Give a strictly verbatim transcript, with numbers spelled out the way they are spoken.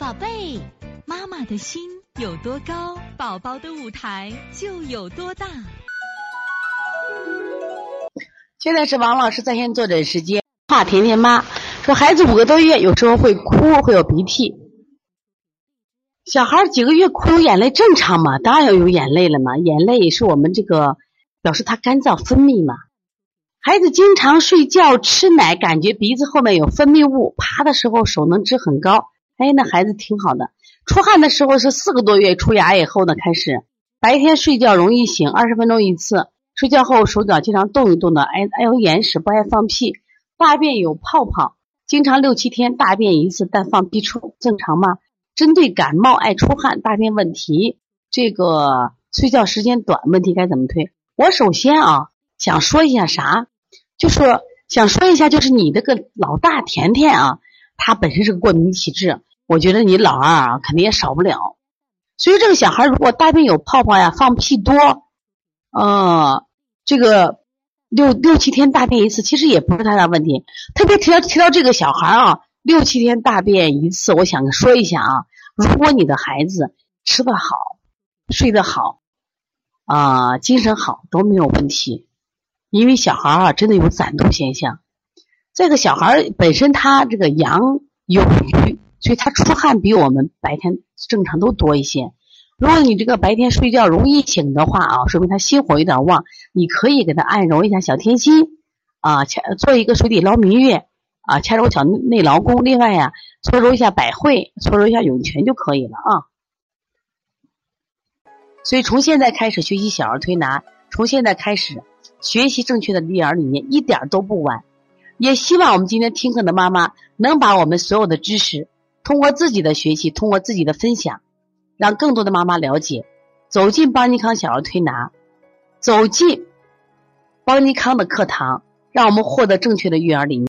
宝贝，妈妈的心有多高，宝宝的舞台就有多大。 现在是王老师在线坐诊时间。话甜甜妈说，孩子五个多月，有时候会哭，会有鼻涕。小孩几个月哭有眼泪正常嘛？当然要有眼泪了嘛，眼泪是我们这个表示他肝脏分泌嘛。孩子经常睡觉吃奶，感觉鼻子后面有分泌物，爬的时候手能支很高，哎，那孩子挺好的。出汗的时候是四个多月，出牙以后呢，开始白天睡觉容易醒，二十分钟一次，睡觉后手脚经常动一动的，爱爱有眼屎，不爱放屁，大便有泡泡，经常六七天大便一次，但放屁出，正常吗？针对感冒爱出汗大便问题，这个睡觉时间短问题该怎么推？我首先啊想说一下啥，就是想说一下就是你这个老大甜甜啊，他本身是个过敏体质，我觉得你老二啊肯定也少不了。所以这个小孩如果大便有泡泡呀，放屁多，呃，这个六六七天大便一次，其实也不是太大问题。特别提到提到这个小孩啊，六七天大便一次，我想说一下啊，如果你的孩子吃得好，睡得好，啊、呃，精神好都没有问题，因为小孩啊真的有攒肚现象。这个小孩本身他这个阳有余，所以他出汗比我们白天正常都多一些。如果你这个白天睡觉容易醒的话啊，说明他心火有点旺，你可以给他按揉一下小天心啊，做一个水底捞明月啊，掐揉小内劳宫。另外呀、啊，搓揉一下百会，搓揉一下涌泉就可以了啊。所以从现在开始学习小儿推拿，从现在开始学习正确的育儿理念，一点都不晚。也希望我们今天听课的妈妈能把我们所有的知识通过自己的学习，通过自己的分享，让更多的妈妈了解，走进邦尼康小儿推拿，走进邦尼康的课堂，让我们获得正确的育儿理念。